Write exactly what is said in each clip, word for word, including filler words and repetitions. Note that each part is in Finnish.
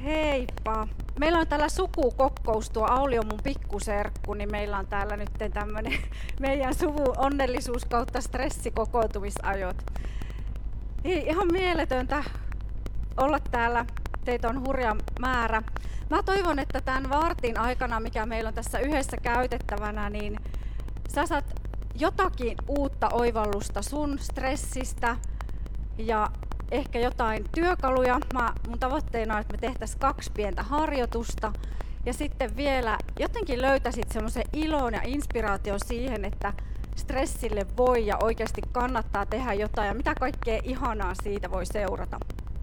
Heippa! Meillä on täällä sukukokous, tuo Auli on mun pikkuserkku, niin meillä on täällä nyt tämmönen meidän suvun onnellisuus kautta stressikokoutumisajot. Hei, ihan mieletöntä olla täällä, teitä on hurja määrä. Mä toivon, että tämän vartin aikana, mikä meillä on tässä yhdessä käytettävänä, niin sä saat jotakin uutta oivallusta sun stressistä ja ehkä jotain työkaluja. Mä, mun tavoitteena on, että me tehtäisiin kaksi pientä harjoitusta ja sitten vielä jotenkin löytäisit semmoisen ilon ja inspiraation siihen, että stressille voi ja oikeasti kannattaa tehdä jotain ja mitä kaikkea ihanaa siitä voi seurata.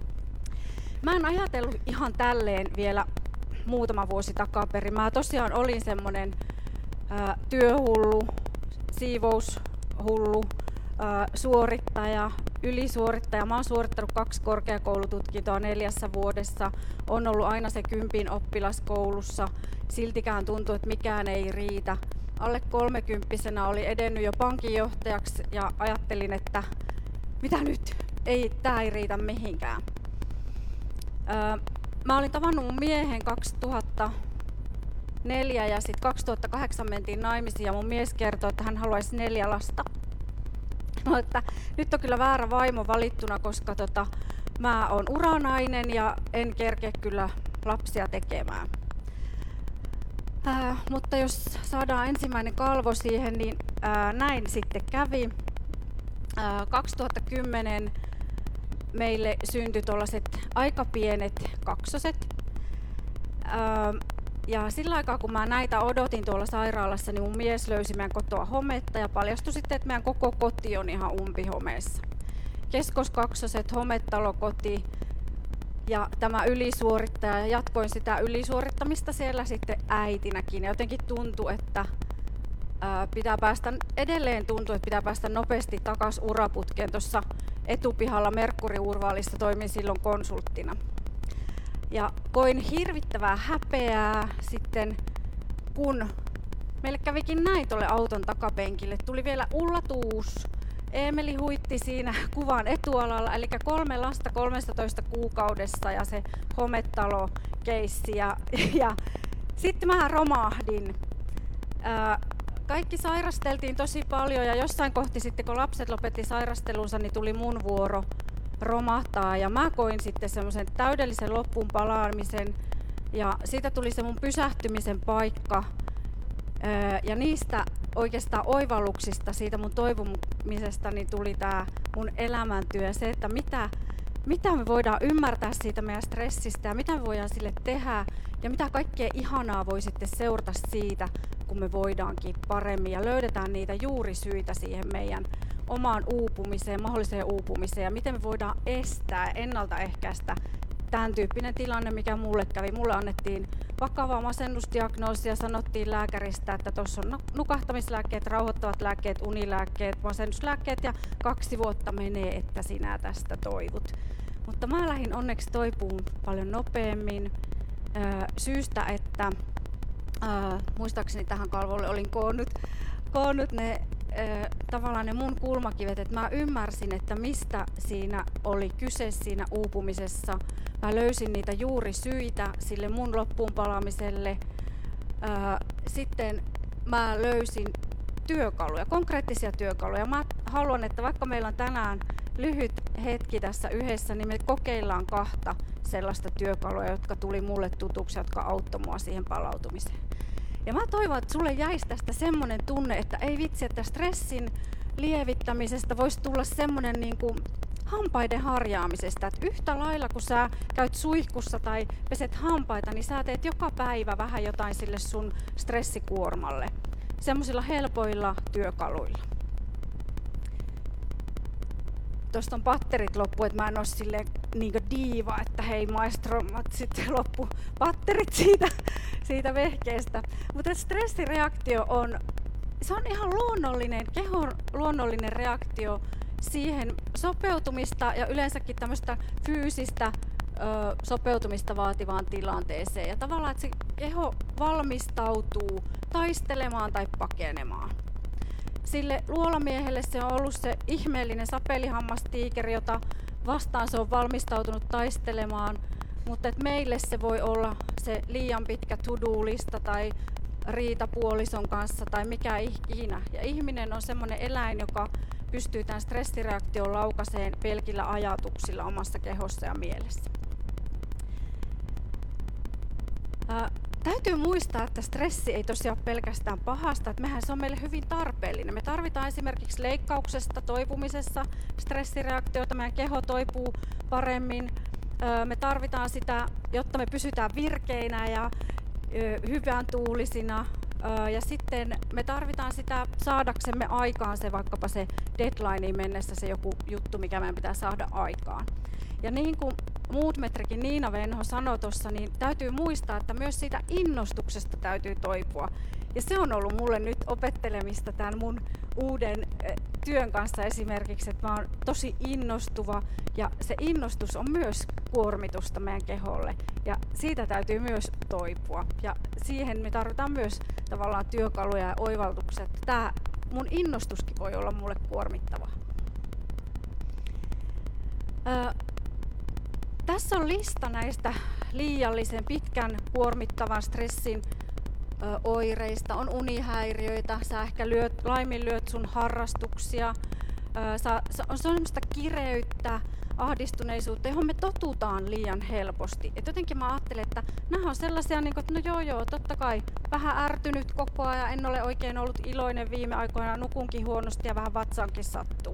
Mä en ajatellut ihan tälleen vielä muutama vuosi takaperin. Mä tosiaan olin semmonen ää, työhullu, siivoushullu, ää, suorittaja, ylisuorittaja. Mä oon suorittanut kaksi korkeakoulututkintoa neljässä vuodessa. On ollut aina se kympin oppilaskoulussa. Siltikään tuntuu, että mikään ei riitä. Alle kolmekymppisenä oli edennyt jo pankinjohtajaksi ja ajattelin, että mitä nyt? Ei, tää ei riitä mihinkään. Öö, mä olin tavannut mun miehen kaksituhattaneljä ja sitten kaksituhattakahdeksan mentiin naimisiin ja mun mies kertoi, että hän haluaisi neljä lasta. No, että nyt on kyllä väärä vaimo valittuna, koska tota, mä oon uranainen ja en kerkeä kyllä lapsia tekemään. Ää, mutta jos saadaan ensimmäinen kalvo siihen, niin ää, näin sitten kävi. Ää, kaksituhattakymmenen meille syntyi tuollaiset aika pienet kaksoset. Ää, ja sillä aikaa, kun mä näitä odotin tuolla sairaalassa, niin mun mies löysi meidän kotoa hometta ja paljastui sitten, että meidän koko koti on ihan umpihomeessa. Keskoskaksoset, hometalokoti ja tämä ylisuorittaja. Jatkoin sitä ylisuorittamista siellä sitten äitinäkin. Ja jotenkin tuntui, että ää, pitää päästä, edelleen tuntuu, että pitää päästä nopeasti takaisin uraputkeen. Tuossa etupihalla Merkkuri-Urvaalissa toimin silloin konsulttina. Ja koin hirvittävää häpeää sitten, kun meille kävikin näin tuolle auton takapenkille. Tuli vielä Ulla Tuus. Eemeli huitti siinä kuvan etualalla, eli kolme lasta kolmetoista kuukaudessa ja se hometalo-keissi. Ja, ja sitten mä romahdin. Ää, kaikki sairasteltiin tosi paljon ja jossain kohti sitten, kun lapset lopetti sairastelunsa, niin tuli mun vuoro romahtaa. Ja mä koin sitten semmoisen täydellisen loppuun palaamisen ja siitä tuli se mun pysähtymisen paikka. Ää, ja niistä oikeastaan oivalluksista, siitä mun toivomisesta, niin tuli tää mun elämäntyö, se, että mitä, mitä me voidaan ymmärtää siitä meidän stressistä ja mitä me voidaan sille tehdä ja mitä kaikkea ihanaa voi sitten seurata siitä, kun me voidaankin paremmin ja löydetään niitä juurisyitä siihen meidän omaan uupumiseen, mahdolliseen uupumiseen ja miten me voidaan estää ja ennaltaehkäistä tämän tyyppinen tilanne, mikä mulle kävi. Mulle annettiin vakava masennusdiagnoosi ja sanottiin lääkäristä, että tuossa on nukahtamislääkkeet, rauhoittavat lääkkeet, unilääkkeet, masennuslääkkeet ja kaksi vuotta menee, että sinä tästä toivut. Mutta mä lähdin onneksi toipuun paljon nopeammin äh, syystä, että äh, muistaakseni tähän kalvolle olin koonnut, koonnut ne äh, tavallaan ne mun kulmakivet, että mä ymmärsin, että mistä siinä oli kyse siinä uupumisessa. Mä löysin niitä juurisyitä sille mun loppuun palaamiselle. Ää, sitten mä löysin työkaluja, konkreettisia työkaluja. Mä haluan, että vaikka meillä on tänään lyhyt hetki tässä yhdessä, niin me kokeillaan kahta sellaista työkalua, jotka tuli mulle tutuksi, jotka auttoi mua siihen palautumiseen. Ja mä toivon, että sulle jäisi tästä semmoinen tunne, että ei vitsi, että stressin lievittämisestä voisi tulla semmoinen niin kuin hampaiden harjaamisesta, että yhtä lailla kun sä käyt suihkussa tai peset hampaita, niin sä teet joka päivä vähän jotain sille sun stressikuormalle, semmoisilla helpoilla työkaluilla. Tuosta on patterit loppu, että mä en oo silleen niinkö diiva, että hei maestro, sitten loppu patterit siitä, siitä vehkeestä. Mutta stressireaktio on, se on ihan luonnollinen, kehon luonnollinen reaktio siihen sopeutumista ja yleensäkin tämmöistä fyysistä ö, sopeutumista vaativaan tilanteeseen. Ja tavallaan, että se keho valmistautuu taistelemaan tai pakenemaan. Sille luolamiehelle se on ollut se ihmeellinen sapelihammastiikeri, jota vastaan se on valmistautunut taistelemaan. mutta et meille se voi olla se liian pitkä to-do-lista tai riita puolison kanssa tai mikä ikinä. Ja ihminen on semmoinen eläin, joka pystyy tämän stressireaktion laukaiseen pelkillä ajatuksilla omassa kehossa ja mielessä. Ää, täytyy muistaa, että stressi ei tosiaan ole pelkästään pahasta, että mehän se on meille hyvin tarpeellinen. Me tarvitaan esimerkiksi leikkauksesta toipumisessa stressireaktioita, meidän keho toipuu paremmin. Ää, me tarvitaan sitä, jotta me pysytään virkeinä ja hyvän tuulisina, ja sitten me tarvitaan sitä saadaksemme aikaan se vaikkapa se deadlineen mennessä se joku juttu, mikä meidän pitää saada aikaan. Ja niin kuin Moodmetricin Niina Venho sanoi tuossa, niin täytyy muistaa, että myös siitä innostuksesta täytyy toipua. Ja se on ollut mulle nyt opettelemista tämän mun uuden työn kanssa esimerkiksi, että mä oon tosi innostuva ja se innostus on myös kuormitusta meidän keholle ja siitä täytyy myös toipua. Ja siihen me tarvitaan myös tavallaan työkaluja ja oivaltuksia, että tää mun innostuskin voi olla mulle kuormittavaa. Öö, tässä on lista näistä liiallisen pitkän kuormittavan stressin ö, oireista. On unihäiriöitä, sä ehkä lyöt, laiminlyöt sun harrastuksia, ö, sä, on semmoista kireyttä, ahdistuneisuutta, johon me totutaan liian helposti. Et jotenkin mä ajattelen, että nämä on sellaisia, niin kuin, että no joo joo, totta kai vähän ärtynyt koko ajan, en ole oikein ollut iloinen viime aikoina, nukunkin huonosti ja vähän vatsaankin sattuu.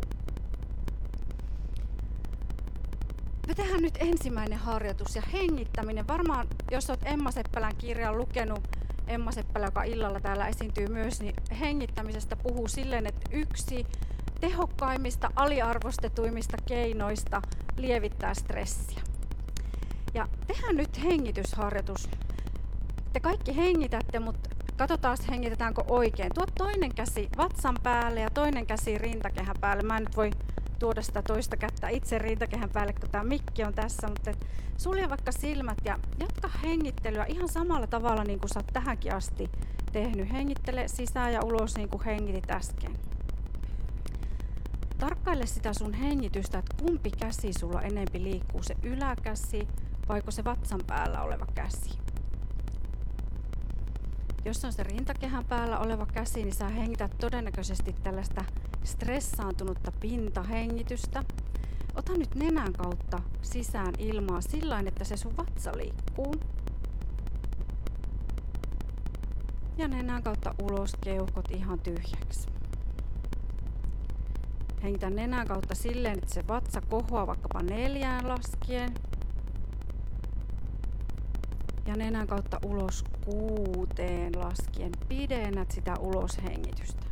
Me tehdään nyt ensimmäinen harjoitus ja hengittäminen. Varmaan, jos olet Emma Seppälän kirjan lukenut, Emma Seppälä, joka illalla täällä esiintyy myös, niin hengittämisestä puhuu silleen, että yksi tehokkaimmista, aliarvostetuimmista keinoista lievittää stressiä. Ja tehdään nyt hengitysharjoitus. Te kaikki hengitätte, mutta katsotaan, hengitetäänkö oikein. Tuo toinen käsi vatsan päälle ja toinen käsi rintakehän päälle. Mä en nyt voi tuoda sitä toista kättä itse rintakehän päälle, kun tämä mikki on tässä, mutta et sulje vaikka silmät ja jatka hengittelyä ihan samalla tavalla niin kuin sä oot tähänkin asti tehnyt. Hengittele sisään ja ulos niin kuin hengitit äsken. Tarkkaile sitä sun hengitystä, että kumpi käsi sulla enempi liikkuu, se yläkäsi vaiko se vatsan päällä oleva käsi. Jos on se rintakehän päällä oleva käsi, niin sä hengität todennäköisesti tällaista stressaantunutta pintahengitystä. Ota nyt nenän kautta sisään ilmaa sillain, että se sun vatsa liikkuu. Ja nenän kautta ulos keuhkot ihan tyhjäksi. Hengitä nenän kautta silleen, että se vatsa kohoaa vaikkapa neljään laskien. Ja nenän kautta ulos kuuteen laskien. Pidennät sitä uloshengitystä.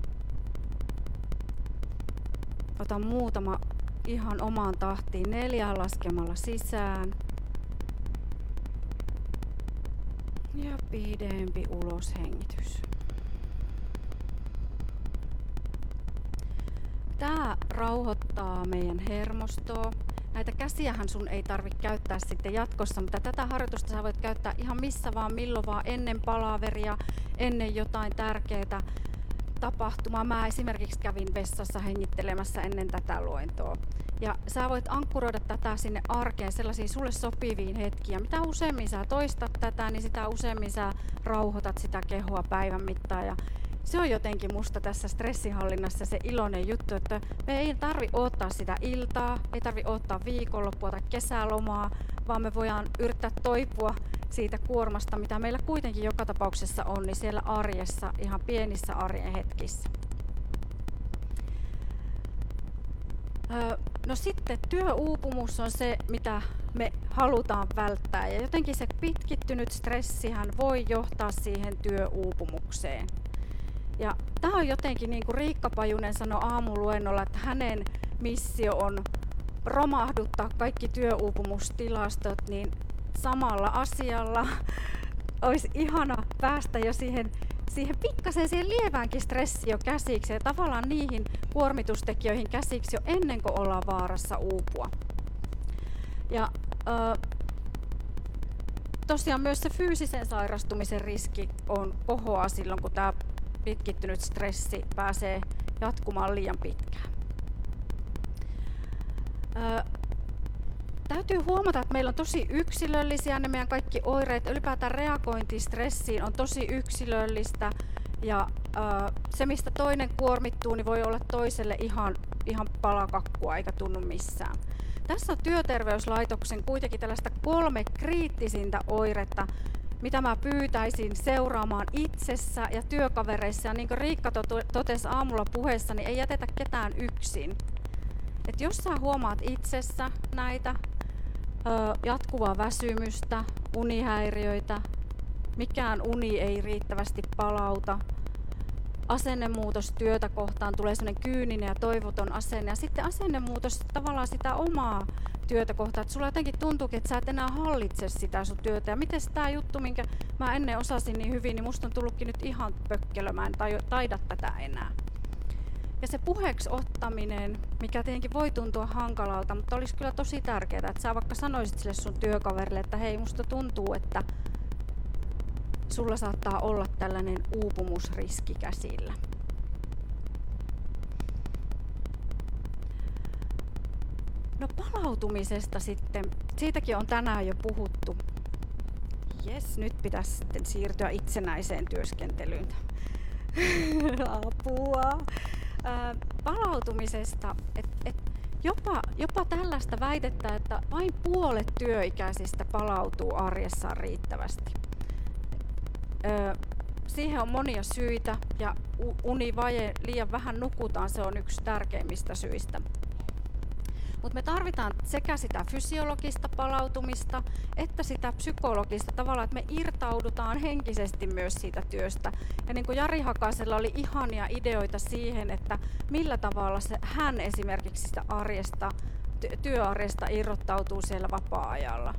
Ota muutama ihan omaan tahtiin neljään laskemalla sisään. Ja pidempi uloshengitys. Tää rauhoittaa meidän hermostoa. Näitä käsiähän sun ei tarvitse käyttää sitten jatkossa, mutta tätä harjoitusta sä voit käyttää ihan missä vaan, milloin vaan, ennen palaveria, ennen jotain tärkeää tapahtumaa. Mä esimerkiksi kävin vessassa hengittelemässä ennen tätä luentoa. Ja sä voit ankkuroida tätä sinne arkeen sellaisiin sulle sopiviin hetkiä. Mitä useammin sä toistat tätä, niin sitä useammin sä rauhoitat sitä kehoa päivän mittaan. Ja se on jotenkin musta tässä stressinhallinnassa se iloinen juttu, että me ei tarvi odottaa sitä iltaa, ei tarvi odottaa viikonloppua tai kesälomaa, vaan me voidaan yrittää toipua siitä kuormasta, mitä meillä kuitenkin joka tapauksessa on, niin siellä arjessa, ihan pienissä arjen hetkissä. Öö, no sitten työuupumus on se, mitä me halutaan välttää, ja jotenkin se pitkittynyt stressihän voi johtaa siihen työuupumukseen. Ja tämä on jotenkin, niin kuin Riikka Pajunen sanoi aamuluennolla, että hänen missio on romahduttaa kaikki työuupumustilastot, niin samalla asialla olisi ihana päästä jo siihen, siihen pikkasen siihen lieväänkin stressiin jo käsiksi ja tavallaan niihin kuormitustekijöihin käsiksi jo ennen kuin ollaan vaarassa uupua. Ja ö, tosiaan myös se fyysisen sairastumisen riski on kohoaa silloin, kun tämä pitkittynyt stressi pääsee jatkumaan liian pitkään. Ö, täytyy huomata, että meillä on tosi yksilöllisiä ne meidän kaikki oireet. Ylipäätään reagointi stressiin on tosi yksilöllistä. Ja äh, se, mistä toinen kuormittuu, niin voi olla toiselle ihan, ihan palakakkua eikä tunnu missään. Tässä on Työterveyslaitoksen kuitenkin tällaista kolme kriittisintä oiretta, mitä mä pyytäisin seuraamaan itsessä ja työkavereissa. Ja niin kuin Riikka totesi aamulla puheessa, niin ei jätetä ketään yksin. Et jos sä huomaat itsessä näitä ö, jatkuvaa väsymystä, unihäiriöitä, mikään uni ei riittävästi palauta, asennemuutos työtä kohtaan, tulee sellainen kyyninen ja toivoton asenne, ja sitten asennemuutos tavallaan sitä omaa työtä kohtaan, että sulla jotenkin tuntuu, että sä et enää hallitse sitä sun työtä, ja miten tämä juttu, minkä mä ennen osasin niin hyvin, niin musta on tullutkin nyt ihan pökkelö, mä en taida tätä enää. Ja se puheeksi ottaminen, mikä tietenkin voi tuntua hankalalta, mutta olisi kyllä tosi tärkeää, että sä vaikka sanoisit sille sun työkaverille, että hei, musta tuntuu, että sulla saattaa olla tällainen uupumusriski käsillä. No palautumisesta sitten, siitäkin on tänään jo puhuttu. Jes, nyt pitäisi sitten siirtyä itsenäiseen työskentelyyn. Apua. Ää, palautumisesta, että et jopa, jopa tällaista väitettä, että vain puolet työikäisistä palautuu arjessaan riittävästi. Öö, siihen on monia syitä ja univaje, liian vähän nukutaan, se on yksi tärkeimmistä syistä. Mutta me tarvitaan sekä sitä fysiologista palautumista että sitä psykologista tavalla, että me irtaudutaan henkisesti myös siitä työstä. Ja niin kuin Jari Hakasella oli ihania ideoita siihen, että millä tavalla se, hän esimerkiksi sitä arjesta, työarjesta irrottautuu siellä vapaa-ajalla.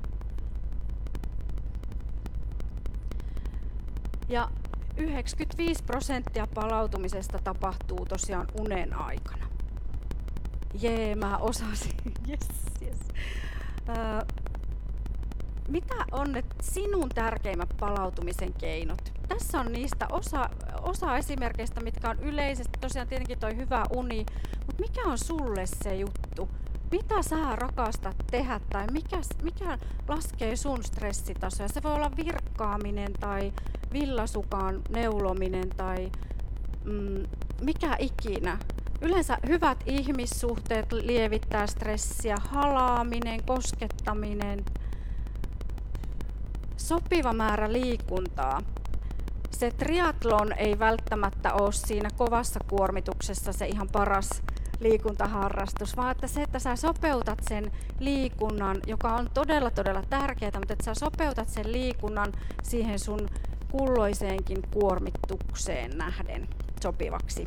Ja yhdeksänkymmentäviisi prosenttia palautumisesta tapahtuu tosiaan unen aikana. Jee, mä osasin. Yes, yes. Öö, mitä on ne sinun tärkeimmät palautumisen keinot? Tässä on niistä osa, osa esimerkkeistä, mitkä on yleisesti, tosiaan tietenkin toi hyvä uni, mutta mikä on sulle se juttu? Mitä sä rakastat tehdä tai mikä, mikä laskee sun stressitasoa? Se voi olla virkkaaminen tai villasukan neulominen tai mm, mikä ikinä. Yleensä hyvät ihmissuhteet lievittää stressiä, halaaminen, koskettaminen, sopiva määrä liikuntaa. Se triathlon ei välttämättä ole siinä kovassa kuormituksessa se ihan paras liikuntaharrastus, vaan että se, että sä sopeutat sen liikunnan, joka on todella todella tärkeää, mutta että sä sopeutat sen liikunnan siihen sun kulloiseenkin kuormitukseen nähden sopivaksi.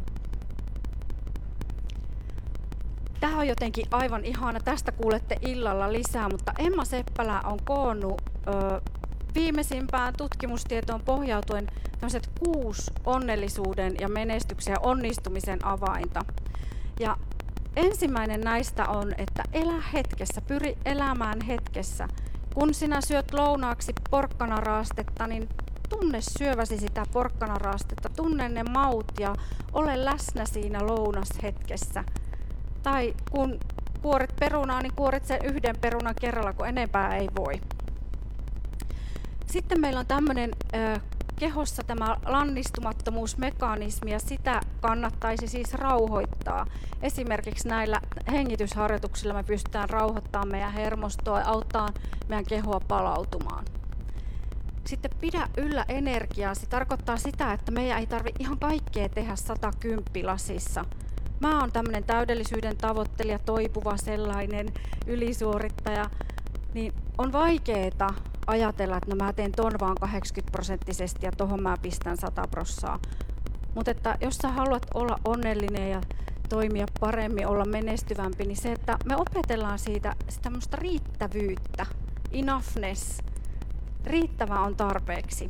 Tämä on jotenkin aivan ihana, tästä kuulette illalla lisää, mutta Emma Seppälä on koonnut ö, viimeisimpään tutkimustietoon pohjautuen tämmöiset kuusi onnellisuuden ja menestyksen ja onnistumisen avainta. Ja ensimmäinen näistä on, että elä hetkessä, pyri elämään hetkessä. Kun sinä syöt lounaaksi porkkanaraastetta, niin tunne syöväsi sitä porkkanaraastetta, tunne ne maut ja ole läsnä siinä lounashetkessä. Tai kun kuoret perunaa, niin kuoret sen yhden perunan kerralla, kun enempää ei voi. Sitten meillä on tämmöinen äh, kehossa tämä lannistumattomuusmekanismi, ja sitä kannattaisi siis rauhoittaa. Esimerkiksi näillä hengitysharjoituksilla me pystytään rauhoittamaan meidän hermostoa ja auttaa meidän kehoa palautumaan. Sitten pidä yllä energiaa. Se tarkoittaa sitä, että meidän ei tarvitse ihan kaikkea tehdä sata kymppilasissa. Mä oon tämmöinen täydellisyyden tavoittelija, toipuva sellainen, ylisuorittaja, niin on vaikeeta ajatella, että no mä teen ton vaan kahdeksankymmentä prosenttisesti ja tohon mä pistän sata prossaa. Mutta että jos sä haluat olla onnellinen ja toimia paremmin, olla menestyvämpi, niin se, että me opetellaan siitä tämmöistä riittävyyttä, enoughness, riittävä on tarpeeksi.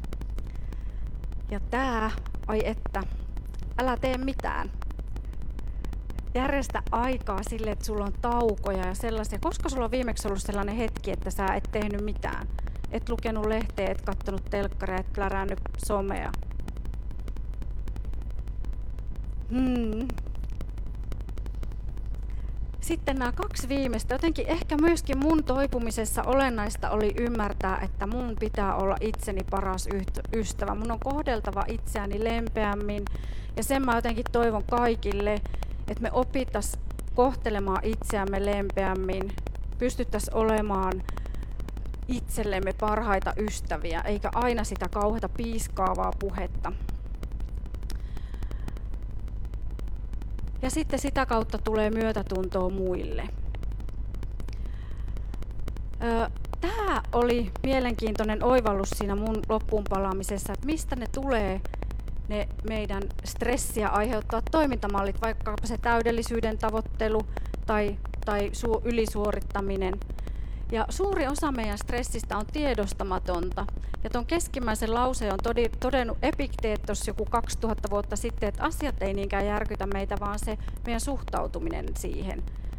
Ja tää, ai että, älä tee mitään. Järjestä aikaa sille, että sulla on taukoja ja sellaisia. Koska sulla on viimeksi ollut sellainen hetki, että sä et tehnyt mitään. Et lukenut lehteä, et kattonut telkkaria, et plärännyt somea. Hmm. sitten nämä kaksi viimeistä, jotenkin ehkä myöskin mun toipumisessa olennaista oli ymmärtää, että mun pitää olla itseni paras ystävä. Mun on kohdeltava itseäni lempeämmin ja sen mä jotenkin toivon kaikille, että me opittaisiin kohtelemaan itseämme lempeämmin, pystyttäisiin olemaan itsellemme parhaita ystäviä, eikä aina sitä kauheata piiskaavaa puhetta. Ja sitten sitä kautta tulee myötätuntoa muille. Tämä oli mielenkiintoinen oivallus siinä mun loppuun palaamisessa, että mistä ne tulee ne meidän stressiä aiheuttavat toimintamallit, vaikkapa se täydellisyyden tavoittelu tai, tai su- ylisuorittaminen. Ja suuri osa meidän stressistä on tiedostamatonta. Ja tuon keskimmäisen lauseen on todennut Epikteetos joku kaksituhatta vuotta sitten, että asiat ei niinkään järkytä meitä, vaan se meidän suhtautuminen siihen.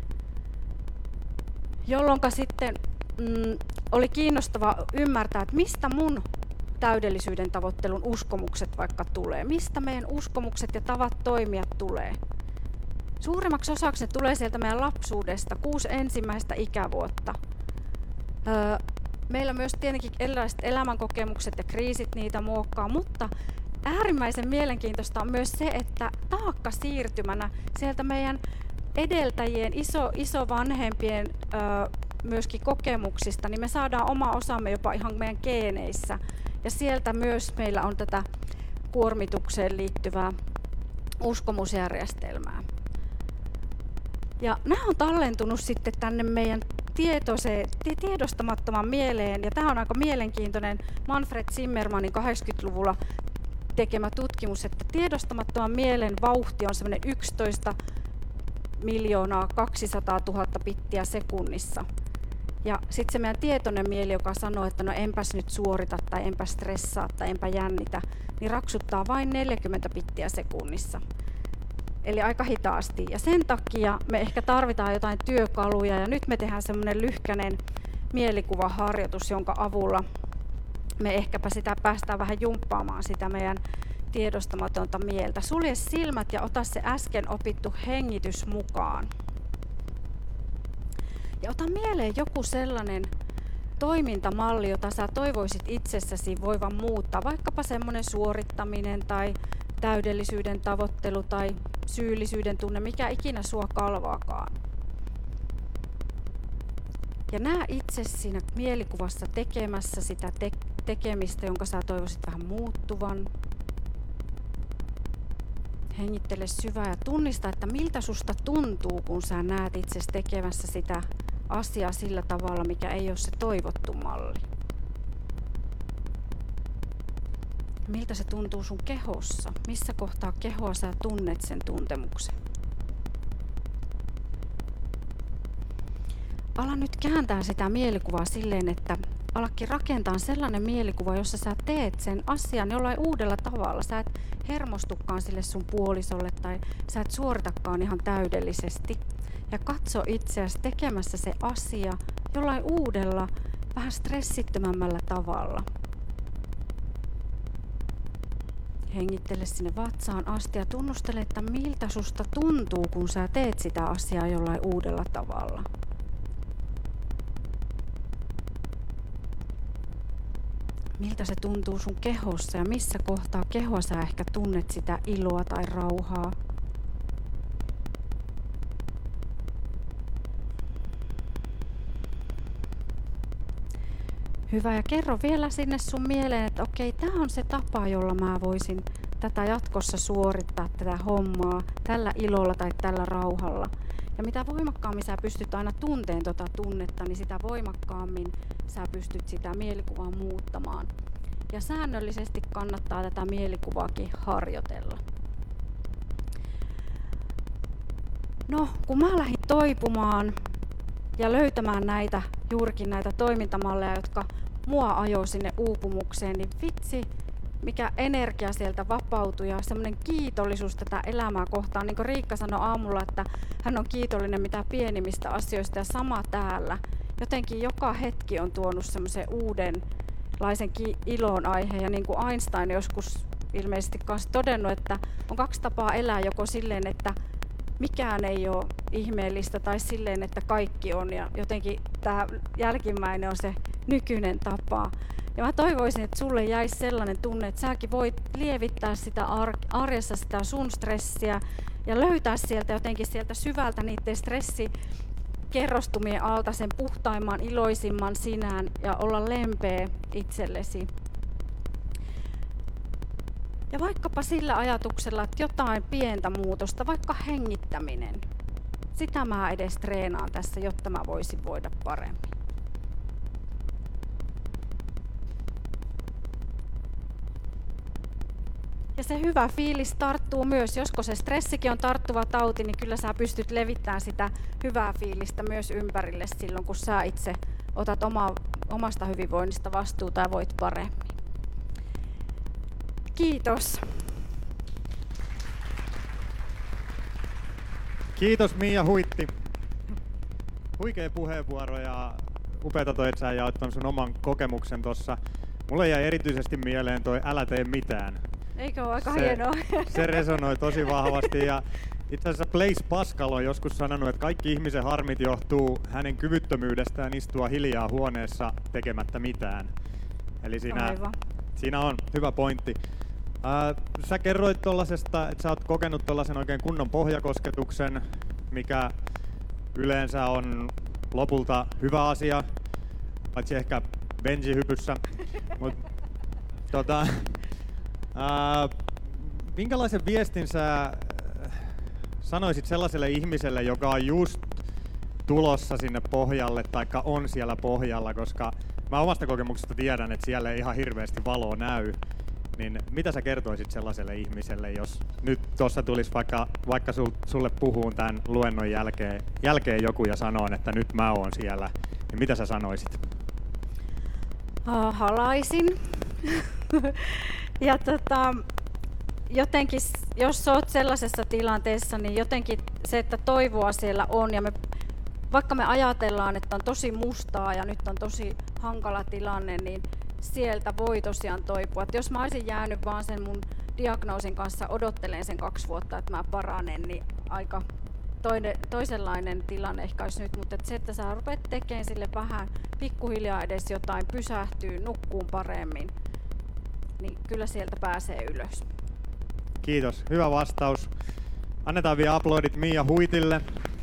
Jolloin sitten mm, oli kiinnostava ymmärtää, että mistä mun täydellisyyden tavoittelun uskomukset vaikka tulee. Mistä meidän uskomukset ja tavat toimia tulee. Suurimmaksi osaksi ne tulee sieltä meidän lapsuudesta, kuusi ensimmäistä ikävuotta. Öö, meillä myös tietenkin erilaiset elämänkokemukset ja kriisit niitä muokkaa, mutta äärimmäisen mielenkiintoista on myös se, että taakka siirtymänä sieltä meidän edeltäjien, iso, isovanhempien öö, myöskin kokemuksista, niin me saadaan oma osamme jopa ihan meidän geeneissä. Ja sieltä myös meillä on tätä kuormitukseen liittyvää uskomusjärjestelmää. Ja nämä on tallentunut sitten tänne meidän tietoiseen, tiedostamattoman mieleen, ja tämä on aika mielenkiintoinen Manfred Zimmermannin kahdeksankymmentäluvulla tekemä tutkimus, että tiedostamattoman mielen vauhti on semmoinen yksitoista miljoonaa kaksisataatuhatta bittiä sekunnissa. Ja sitten se meidän tietoinen mieli, joka sanoo, että no enpäs nyt suorita tai enpä stressaa tai enpä jännitä, niin raksuttaa vain neljäkymmentä bittiä sekunnissa. Eli aika hitaasti. Ja sen takia me ehkä tarvitaan jotain työkaluja, ja nyt me tehdään semmoinen lyhkäinen mielikuvaharjoitus, jonka avulla me ehkäpä sitä päästään vähän jumppaamaan sitä meidän tiedostamatonta mieltä. Sulje silmät ja ota se äsken opittu hengitys mukaan. Ja ota mieleen joku sellainen toimintamalli, jota sä toivoisit itsessäsi voivan muuttaa, vaikkapa semmoinen suorittaminen tai täydellisyyden tavoittelu tai syyllisyyden tunne, mikä ikinä sua kalvaakaan. Ja näe itse siinä mielikuvassa tekemässä sitä te- tekemistä, jonka sä toivoisit vähän muuttuvan. Hengittele syvää ja tunnista, että miltä susta tuntuu, kun sä näet itsesi tekemässä sitä asiaa sillä tavalla, mikä ei ole se toivottu malli. Miltä se tuntuu sun kehossa? Missä kohtaa kehoa sä tunnet sen tuntemuksen? Ala nyt kääntää sitä mielikuvaa silleen, että alakin rakentaa sellainen mielikuva, jossa sä teet sen asian jollain uudella tavalla. Sä et hermostukaan sille sun puolisolle tai sä et suoritakaan ihan täydellisesti. Ja katso itseäsi tekemässä se asia jollain uudella, vähän stressittömämmällä tavalla. Hengittele sinne vatsaan asti ja tunnustele, että miltä susta tuntuu, kun sä teet sitä asiaa jollain uudella tavalla. Miltä se tuntuu sun kehossa ja missä kohtaa kehoa sä ehkä tunnet sitä iloa tai rauhaa. Hyvä, ja kerro vielä sinne sun mieleen, että okei, tämä on se tapa, jolla mä voisin tätä jatkossa suorittaa, tätä hommaa, tällä ilolla tai tällä rauhalla. Ja mitä voimakkaammin sä pystyt aina tunteen tota tunnetta, niin sitä voimakkaammin sä pystyt sitä mielikuvaa muuttamaan. Ja säännöllisesti kannattaa tätä mielikuvaakin harjoitella. No, kun mä lähdin toipumaan ja löytämään näitä, juurikin näitä toimintamalleja, jotka mua ajoi sinne uupumukseen, niin vitsi, mikä energia sieltä vapautui ja semmoinen kiitollisuus tätä elämää kohtaan. Niin kuin Riikka sanoi aamulla, että hän on kiitollinen mitä pienimmistä asioista, ja sama täällä. Jotenkin joka hetki on tuonut semmoisen uudenlaisen ilon aiheen, ja niin kuin Einstein joskus ilmeisesti kanssa todennut, että on kaksi tapaa elää, joko silleen, että mikään ei ole ihmeellistä tai silleen, että kaikki on. Ja jotenkin tämä jälkimmäinen on se nykyinen tapa. Ja mä toivoisin, että sulle jäisi sellainen tunne, että säkin voit lievittää sitä arjessa sitä sun stressiä ja löytää sieltä jotenkin sieltä syvältä niiden stressikerrostumien alta sen puhtaimman, iloisimman sinään ja olla lempeä itsellesi. Ja vaikkapa sillä ajatuksella, että jotain pientä muutosta, vaikka hengittäminen, sitä mä edes treenaan tässä, jotta mä voisin voida paremmin. Ja se hyvä fiilis tarttuu myös, josko se stressikin on tarttuva tauti, niin kyllä sä pystyt levittämään sitä hyvää fiilistä myös ympärille silloin, kun sä itse otat oma, omasta hyvinvoinnista vastuuta ja voit paremmin. Kiitos. Kiitos Mia Huitti. Huikea puheenvuoro ja upeata toi, että sä jaoit ton sun oman kokemuksen tossa. Mulle jäi erityisesti mieleen toi älä tee mitään. Eikö ole aika se, hienoa? Se resonoi tosi vahvasti ja itse asiassa Blaise Pascal on joskus sanonut, että kaikki ihmisen harmit johtuu hänen kyvyttömyydestään istua hiljaa huoneessa tekemättä mitään. Eli siinä, siinä on hyvä pointti. Äh, sä kerroit tollasesta, että sä oot kokenut tollasen oikein kunnon pohjakosketuksen, mikä yleensä on lopulta hyvä asia, paitsi ehkä benjihypyssä. Mut, tota, äh, minkälaisen viestin sä sanoisit sellaiselle ihmiselle, joka on just tulossa sinne pohjalle, taikka on siellä pohjalla, koska mä omasta kokemuksesta tiedän, että siellä ei ihan hirveästi valoa näy. Niin mitä sä kertoisit sellaiselle ihmiselle, jos nyt tuossa tulisi vaikka, vaikka sul, sulle puhuun tämän luennon jälkeen, jälkeen joku ja sanoo, että nyt mä oon siellä, niin mitä sä sanoisit? Uh, halaisin. ja tota, jotenkin, jos oot sellaisessa tilanteessa, niin jotenkin se, että toivoa siellä on ja me, vaikka me ajatellaan, että on tosi mustaa ja nyt on tosi hankala tilanne, niin sieltä voi tosiaan toipua. Et jos mä olisin jäänyt vaan sen mun diagnoosin kanssa odottelen sen kaksi vuotta, että mä paranen, niin aika toinen, toisenlainen tilanne ehkä olisi nyt. Mutta et se, että sä rupeat tekemään sille vähän pikkuhiljaa edes jotain, pysähtyy, nukkuun paremmin, niin kyllä sieltä pääsee ylös. Kiitos. Hyvä vastaus. Annetaan vielä aplodit Mia Huitille.